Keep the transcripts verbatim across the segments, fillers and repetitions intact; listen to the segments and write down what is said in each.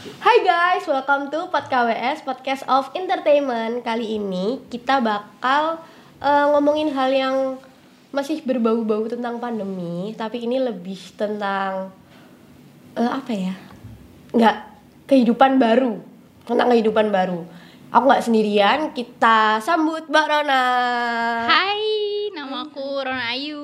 Hai guys, welcome to Pod K W S, Podcast of Entertainment. Kali ini kita bakal uh, ngomongin hal yang masih berbau-bau tentang pandemi, tapi ini lebih tentang uh, apa ya? Nggak, kehidupan baru. Tentang kehidupan baru. Aku nggak sendirian, kita sambut Mbak Rona. Hai, nama aku Rona Ayu.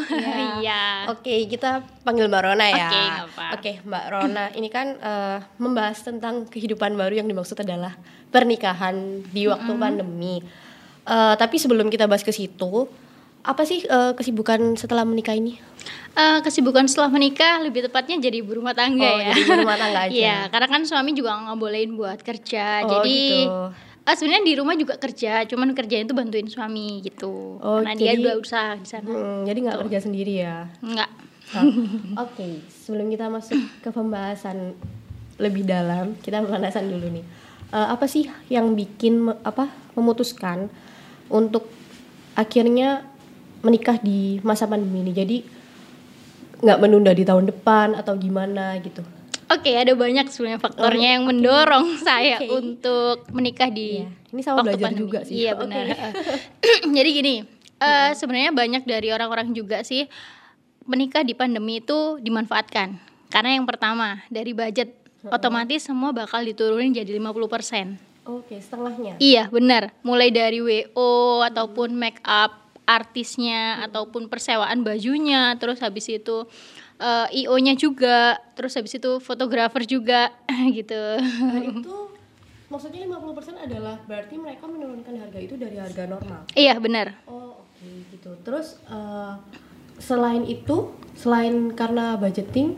Iya. Oke, kita panggil Mbak Rona ya. Oke, nggak apa. Oke, Mbak Rona, ini kan uh, membahas tentang kehidupan baru yang dimaksud adalah pernikahan di waktu mm-hmm. pandemi. Uh, tapi sebelum kita bahas ke situ, apa sih uh, kesibukan setelah menikah ini? Uh, kesibukan setelah menikah lebih tepatnya jadi ibu rumah tangga oh, ya. Jadi ibu rumah tangga aja. Iya, karena kan suami juga nggak bolehin buat kerja. Oh, jadi gitu. Uh, sebenarnya di rumah juga kerja, cuman kerjanya itu bantuin suami gitu. Oh, karena jadi, dia udah usaha di sana. Hmm, jadi nggak kerja sendiri ya? Nggak. Nah, Oke, okay. Sebelum kita masuk ke pembahasan lebih dalam, kita pembahasan dulu nih. Uh, apa sih yang bikin apa memutuskan untuk akhirnya menikah di masa pandemi ini? Jadi nggak menunda di tahun depan atau gimana gitu? Oke, okay, ada banyak sebenarnya faktornya oh, yang mendorong okay. saya okay. untuk menikah di iya. Ini sama waktu belajar pandemi. juga sih. Iya benar. Okay. Jadi gini, uh, sebenarnya banyak dari orang-orang juga sih menikah di pandemi itu dimanfaatkan. Karena yang pertama dari budget, uh-uh. otomatis semua bakal diturunin jadi lima puluh persen. Oke, okay, setengahnya. Iya benar. Mulai dari W O ataupun make up artisnya, hmm. ataupun persewaan bajunya, terus habis itu Uh, I O-nya juga, terus habis itu fotografer juga gitu. Nah, itu maksudnya lima puluh persen adalah berarti mereka menurunkan harga itu dari harga normal? Iya, benar. Oh, oke okay, gitu. Terus uh, selain itu, selain karena budgeting,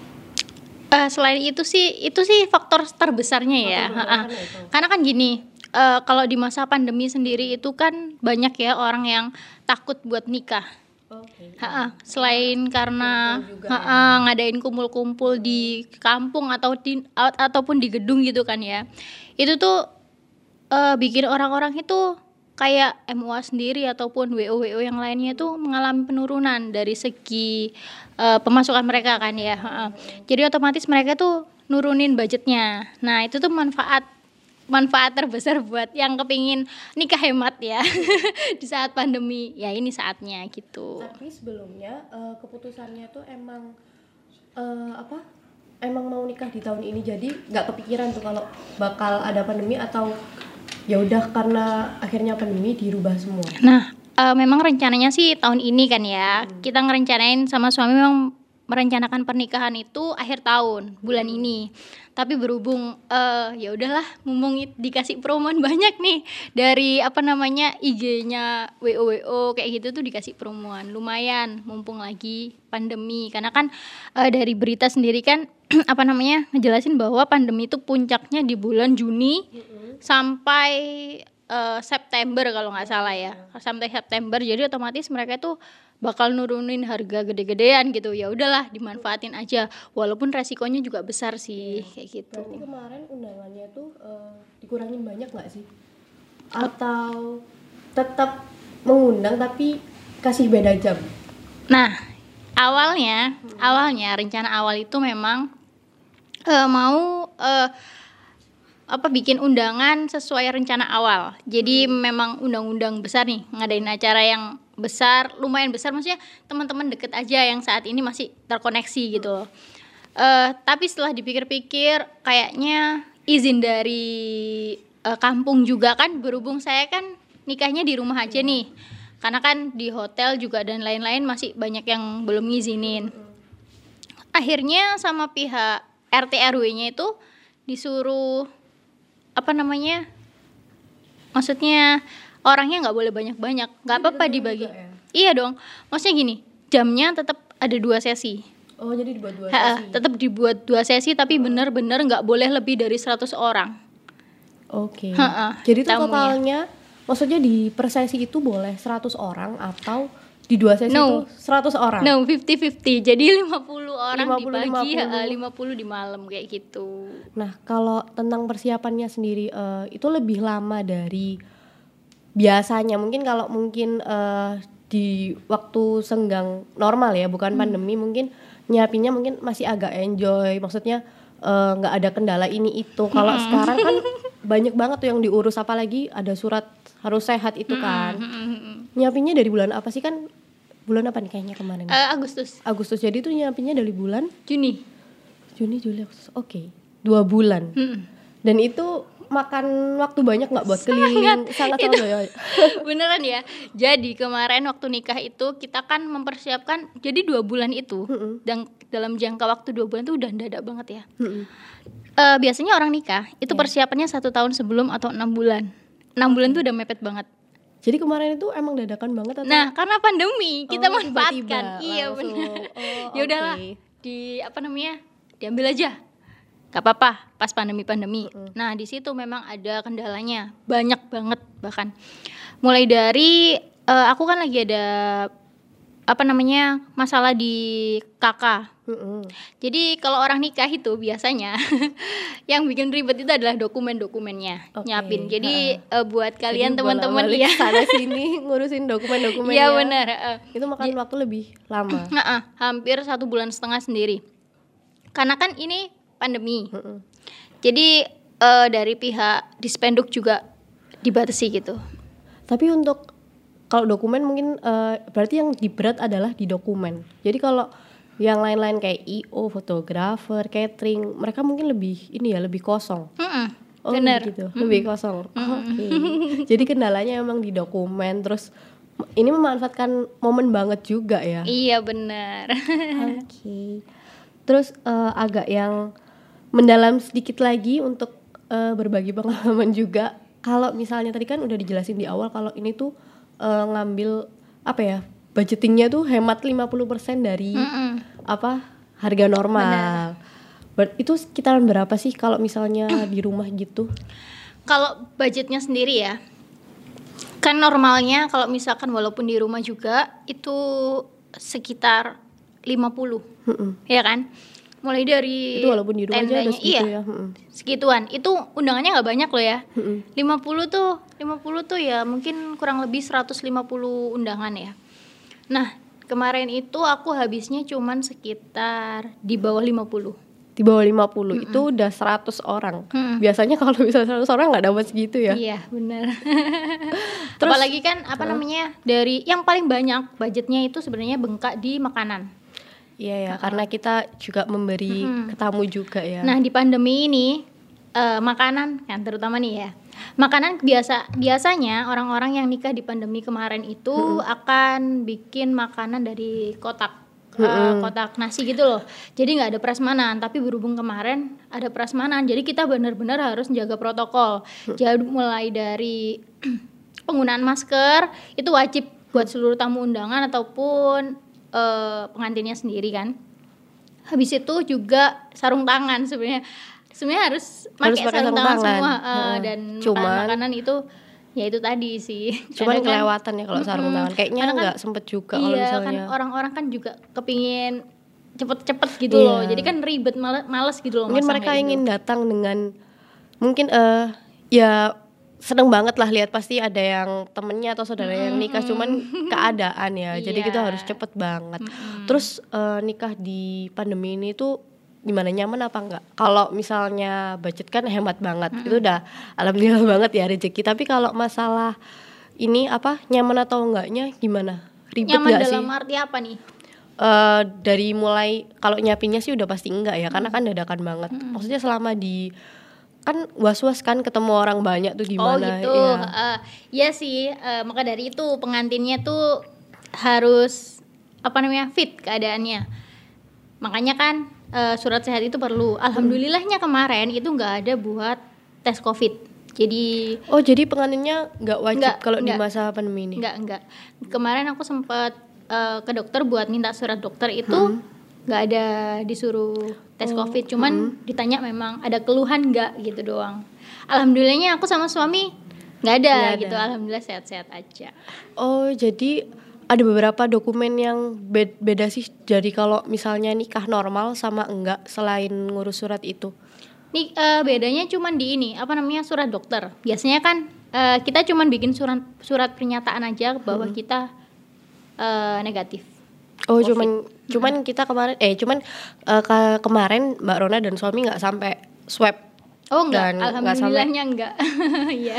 uh, selain itu sih itu sih faktor terbesarnya ya. Faktor Karena kan gini, uh, kalau di masa pandemi sendiri itu kan banyak ya orang yang takut buat nikah. Okay. Ha-ha. Selain karena ha-ha, ya. ngadain kumpul-kumpul di kampung atau di, ataupun di gedung gitu kan ya, itu tuh uh, bikin orang-orang itu kayak M U A sendiri ataupun W O W O yang lainnya tuh mengalami penurunan dari segi uh, pemasukan mereka kan ya. Ha-ha. Jadi otomatis mereka tuh nurunin budgetnya. Nah itu tuh manfaat manfaat terbesar buat yang kepingin nikah hemat ya di saat pandemi, ya ini saatnya gitu. Tapi sebelumnya uh, keputusannya tuh emang uh, apa emang mau nikah di tahun ini, jadi nggak kepikiran tuh kalau bakal ada pandemi atau ya udah karena akhirnya pandemi dirubah semua? Nah uh, memang rencananya sih tahun ini kan ya, hmm. kita ngerencanain sama suami memang merencanakan pernikahan itu akhir tahun bulan hmm. ini. Tapi berhubung uh, ya udahlah, mumpung dikasih promoan banyak nih dari apa namanya I G-nya W O W O kayak gitu tuh dikasih promoan lumayan, mumpung lagi pandemi. Karena kan uh, dari berita sendiri kan apa namanya ngejelasin bahwa pandemi itu puncaknya di bulan Juni hmm. sampai uh, September kalau nggak salah ya, sampai September. Jadi otomatis mereka tuh bakal nurunin harga gede-gedean gitu. Ya udahlah, dimanfaatin aja walaupun resikonya juga besar sih kayak gitu. Berarti kemarin undangannya tuh uh, dikurangin banyak nggak sih? Atau tetap mengundang tapi kasih beda jam? Nah awalnya hmm. awalnya rencana awal itu memang uh, mau uh, apa bikin undangan sesuai rencana awal. Jadi hmm. memang undang-undang besar nih, ngadain acara yang besar, lumayan besar, maksudnya teman-teman deket aja yang saat ini masih terkoneksi gitu loh. Uh, tapi setelah dipikir-pikir kayaknya izin dari uh, kampung juga kan, berhubung saya kan nikahnya di rumah aja nih. Karena kan di hotel juga dan lain-lain masih banyak yang belum ngizinin. Akhirnya sama pihak R T R W-nya itu disuruh apa namanya? Maksudnya orangnya nggak boleh banyak-banyak, nggak apa-apa dibagi. Ya? Iya dong, maksudnya gini, jamnya tetap ada dua sesi. Oh jadi dibuat dua sesi. Tetap dibuat dua sesi, tapi oh. benar-benar nggak boleh lebih dari seratus orang. Oke. Okay. Jadi itu totalnya, maksudnya di per sesi itu boleh seratus orang atau di dua sesi no. itu seratus orang? No, fifty-fifty. Jadi lima puluh orang lima puluh, di pagi, lima puluh. lima puluh di malam kayak gitu. Nah kalau tentang persiapannya sendiri, uh, itu lebih lama dari biasanya. Mungkin kalau mungkin uh, di waktu senggang normal ya, bukan hmm. pandemi, mungkin nyiapinnya mungkin masih agak enjoy, maksudnya eh, nggak ada kendala ini itu. Kalau Mm-mm. sekarang kan banyak banget tuh yang diurus, apalagi ada surat harus sehat itu kan. Mm-mm. Nyiapinnya dari bulan apa sih, kan bulan apa nih kayaknya kemarin? Eh, Agustus, Agustus. Jadi tuh nyiapinnya dari bulan Juni. Juni, Juli, Agustus. Oke, dua bulan. Mm-mm. Dan itu makan waktu banyak nggak buat keliling? Sangat Itu- sangat. Beneran ya. Jadi kemarin waktu nikah itu kita kan mempersiapkan, jadi dua bulan itu Mm-mm. dan dalam jangka waktu dua bulan itu udah dadak banget ya. Mm-mm. Eh, biasanya orang nikah itu Iya. persiapannya satu tahun sebelum atau enam bulan. Enam bulan tuh udah mepet banget. Jadi kemarin itu emang dadakan banget atau? Nah, karena pandemi kita Oh, manfaatkan. tiba-tiba Iya langsung. benar. Oh, Ya udahlah, oke. di apa namanya? Diambil aja. Gak apa-apa pas pandemi-pandemi. Mm-mm. Nah, di situ memang ada kendalanya. Banyak banget bahkan. Mulai dari eh, aku kan lagi ada apa namanya? Masalah di kakak. Mm-mm. Jadi kalau orang nikah itu biasanya yang bikin ribet itu adalah dokumen-dokumennya, Oke, nyiapin. Jadi eh, buat kalian Jadi teman-teman bolak-balik ya. sana sini ngurusin dokumen-dokumennya. Iya benar. eh. Itu makan waktu lebih lama. Nah, hampir satu bulan setengah sendiri. Karena kan ini pandemi. Mm-mm. Jadi eh, dari pihak Dispenduk juga dibatasi gitu. Tapi untuk kalau dokumen mungkin eh, berarti yang diberat adalah di dokumen. Jadi kalau yang lain-lain kayak I O, fotografer, catering, mereka mungkin lebih ini ya, lebih kosong. Mm-mm, Oh bener. gitu, lebih kosong. Oke. Jadi kendalanya emang di dokumen. Terus ini memanfaatkan momen banget juga ya. Iya benar. Oke. Terus eh, agak yang mendalam sedikit lagi untuk eh, berbagi pengalaman juga. Kalau misalnya tadi kan udah dijelasin di awal kalau ini tuh eh, ngambil apa ya? Budgetingnya tuh hemat lima puluh persen dari Mm-mm. apa? Harga normal. Ber- itu sekitaran berapa sih kalau misalnya di rumah gitu? Kalau budgetnya sendiri ya, kan normalnya kalau misalkan walaupun di rumah juga itu sekitar lima puluh, Mm-mm. ya kan? Mulai dari Itu walaupun di rumah aja ada tendanya, segitu iya, ya. Mm-mm. segituan. Itu undangannya nggak banyak loh ya. Mm-mm. lima puluh tuh, lima puluh tuh ya mungkin kurang lebih seratus lima puluh undangan ya. Nah, kemarin itu aku habisnya cuman sekitar di bawah lima puluh. Di bawah lima puluh itu udah seratus orang. Mm-mm. Biasanya kalau misalnya seratus orang nggak dapat segitu ya. Iya, benar. Terus- Apalagi kan apa namanya? Dari yang paling banyak budgetnya itu sebenarnya bengkak di makanan. Iya ya, karena kita juga memberi Mm-mm. ke tamu juga ya. Nah, di pandemi ini eh, makanan kan terutama nih ya. Makanan biasa biasanya orang-orang yang nikah di pandemi kemarin itu akan bikin makanan dari kotak. eh, kotak nasi gitu loh. Jadi nggak ada prasmanan, tapi berhubung kemarin ada prasmanan, jadi kita benar-benar harus menjaga protokol. Jadi mulai dari penggunaan masker itu wajib buat seluruh tamu undangan ataupun eh, pengantinnya sendiri kan. Habis itu juga sarung tangan sebenarnya. Sebenarnya harus Harus pakai pakai sarung sarung tangan, tangan. semua eh, Heeh. dan Cuman- makanan-makanan itu ya itu tadi sih. Cuman Kadang kan- kelewatan ya kalau sarung Mm-mm. tangan. Kayaknya Karena kan- nggak sempet juga kalau iya misalnya. kan orang-orang kan juga kepingin cepet-cepet gitu Iya. loh. Jadi kan ribet males, males gitu loh. Mungkin masang mereka kayak ingin gitu. datang dengan mungkin eh ya seneng banget lah lihat, pasti ada yang temennya atau saudara yang nikah, cuman keadaan ya. Jadi Iya. kita harus cepet banget. Mm-mm. Terus eh, nikah di pandemi ini tuh gimana, nyaman apa enggak? Kalau misalnya budget kan hemat banget, itu udah alhamdulillah banget ya rezeki. Tapi kalau masalah ini apa nyaman atau enggaknya gimana? Ribet Nyaman nggak sih? dalam arti apa nih? Eh, dari mulai kalau nyiapinnya sih udah pasti enggak ya, karena kan dadakan banget. Maksudnya selama di kan was-was kan ketemu orang banyak tuh Oh gimana? gitu. Iya. Eh, Iya sih. eh, maka dari itu pengantinnya tuh harus apa namanya fit keadaannya. Makanya kan eh, surat sehat itu perlu. Alhamdulillahnya kemarin itu nggak ada buat tes COVID. Jadi Oh jadi pengantinnya nggak wajib Nggak, kalau di nggak. masa pandemi ini? Enggak, enggak. Kemarin aku sempat eh, ke dokter buat minta surat dokter itu nggak ada disuruh tes Oh, COVID, cuman ditanya memang ada keluhan nggak gitu doang. Alhamdulillahnya aku sama suami nggak ada, Nggak ada. gitu. Alhamdulillah sehat-sehat aja. Oh jadi ada beberapa dokumen yang be- beda sih dari kalau misalnya nikah normal sama enggak selain ngurus surat itu. Nih eh, bedanya cuman di ini apa namanya surat dokter. Biasanya kan eh, kita cuman bikin surat surat pernyataan aja bahwa kita eh, negatif. Oh, COVID. cuman cuman kita kemarin eh cuman uh, ke- kemarin Mbak Rona dan suami nggak sampai swab. Oh enggak, Dan nggak alhamdulillahnya enggak. Iya.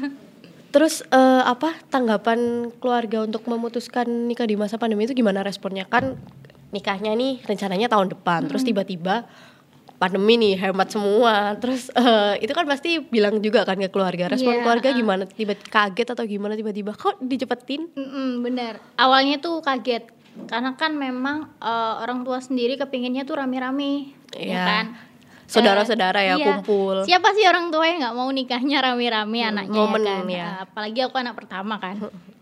Terus uh, apa tanggapan keluarga untuk memutuskan nikah di masa pandemi itu gimana responnya? Kan nikahnya nih rencananya tahun depan, terus tiba-tiba pandemi nih hemat semua. Terus uh, itu kan pasti bilang juga kan ke keluarga. Respon Iya, keluarga uh. gimana? Tiba kaget atau gimana tiba-tiba kok dicepetin? Mm-mm, bener. Awalnya tuh kaget karena kan memang uh, orang tua sendiri kepinginnya tuh rame-rame, Iya. ya kan? Saudara-saudara ya Iya. kumpul. Siapa sih orang tua yang nggak mau nikahnya rame-rame Hmm, anaknya momen ya kan? ya. Uh, apalagi aku anak pertama kan.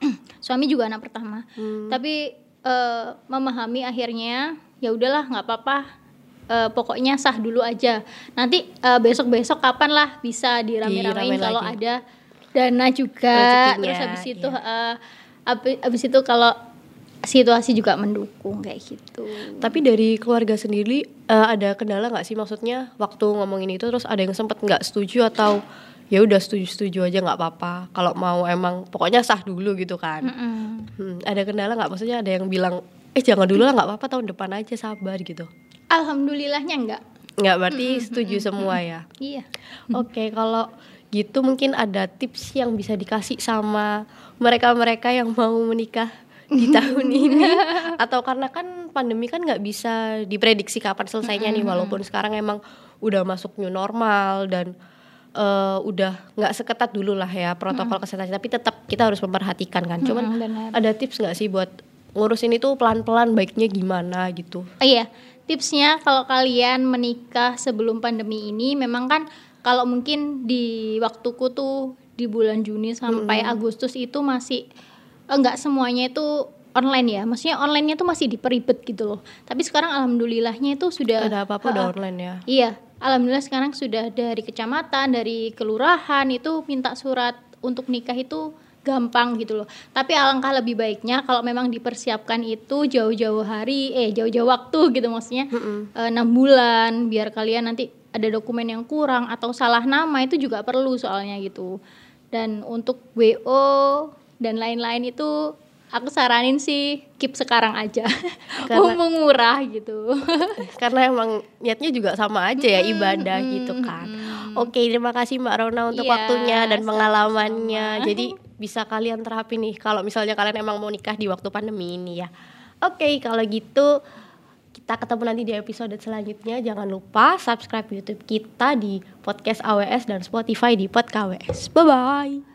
Suami juga anak pertama. Hmm. Tapi uh, memahami akhirnya ya udahlah nggak apa-apa. Uh, pokoknya sah dulu aja. Nanti uh, besok-besok kapan lah bisa dirame-ramein Diramein kalau lagi. ada dana juga. Rezekinya, Terus habis itu iya. uh, habis, habis itu kalau situasi juga mendukung kayak gitu. Tapi dari keluarga sendiri uh, ada kendala nggak sih, maksudnya waktu ngomongin itu terus ada yang sempet nggak setuju atau ya udah setuju-setuju aja nggak apa-apa kalau mau emang pokoknya sah dulu gitu kan? Mm-mm. Hmm, ada kendala nggak, maksudnya ada yang bilang eh jangan dulu lah nggak apa-apa tahun depan aja sabar gitu? Alhamdulillahnya enggak. Nggak, berarti setuju semua ya? Iya. Oke, kalau gitu mungkin ada tips yang bisa dikasih sama mereka-mereka yang mau menikah di tahun ini, atau karena kan pandemi kan nggak bisa diprediksi kapan selesainya nih, walaupun sekarang emang udah masuk new normal dan uh, udah nggak seketat dulu lah ya protokol kesehatan, tapi tetap kita harus memperhatikan kan. Cuman Mm-mm, benar. ada tips nggak sih buat ngurusin itu pelan-pelan baiknya gimana gitu? Oh iya, tipsnya kalau kalian menikah sebelum pandemi ini memang kan kalau mungkin di waktuku tuh di bulan Juni sampai Mm-mm. Agustus itu masih enggak semuanya itu online ya. Maksudnya online-nya tuh masih diperibet gitu loh. Tapi sekarang alhamdulillahnya itu sudah Ada apa-apa udah Ha-ha. online ya? Iya, alhamdulillah sekarang sudah dari kecamatan, dari kelurahan itu minta surat untuk nikah itu gampang gitu loh. Tapi alangkah lebih baiknya kalau memang dipersiapkan itu jauh-jauh hari, eh jauh-jauh waktu gitu maksudnya eh, enam bulan biar kalian nanti ada dokumen yang kurang atau salah nama itu juga perlu soalnya gitu. Dan untuk W O dan lain-lain itu aku saranin sih keep sekarang aja. Karena- Mumpung murah gitu. Karena emang niatnya juga sama aja ya, ibadah gitu kan. Oke, terima kasih Mbak Rona untuk Iya, waktunya dan sama-sama. pengalamannya. Jadi bisa kalian terapin nih kalau misalnya kalian emang mau nikah di waktu pandemi ini ya. Oke, kalau gitu kita ketemu nanti di episode selanjutnya. Jangan lupa subscribe YouTube kita di Podcast A W S dan Spotify di Pod K W S. Bye bye.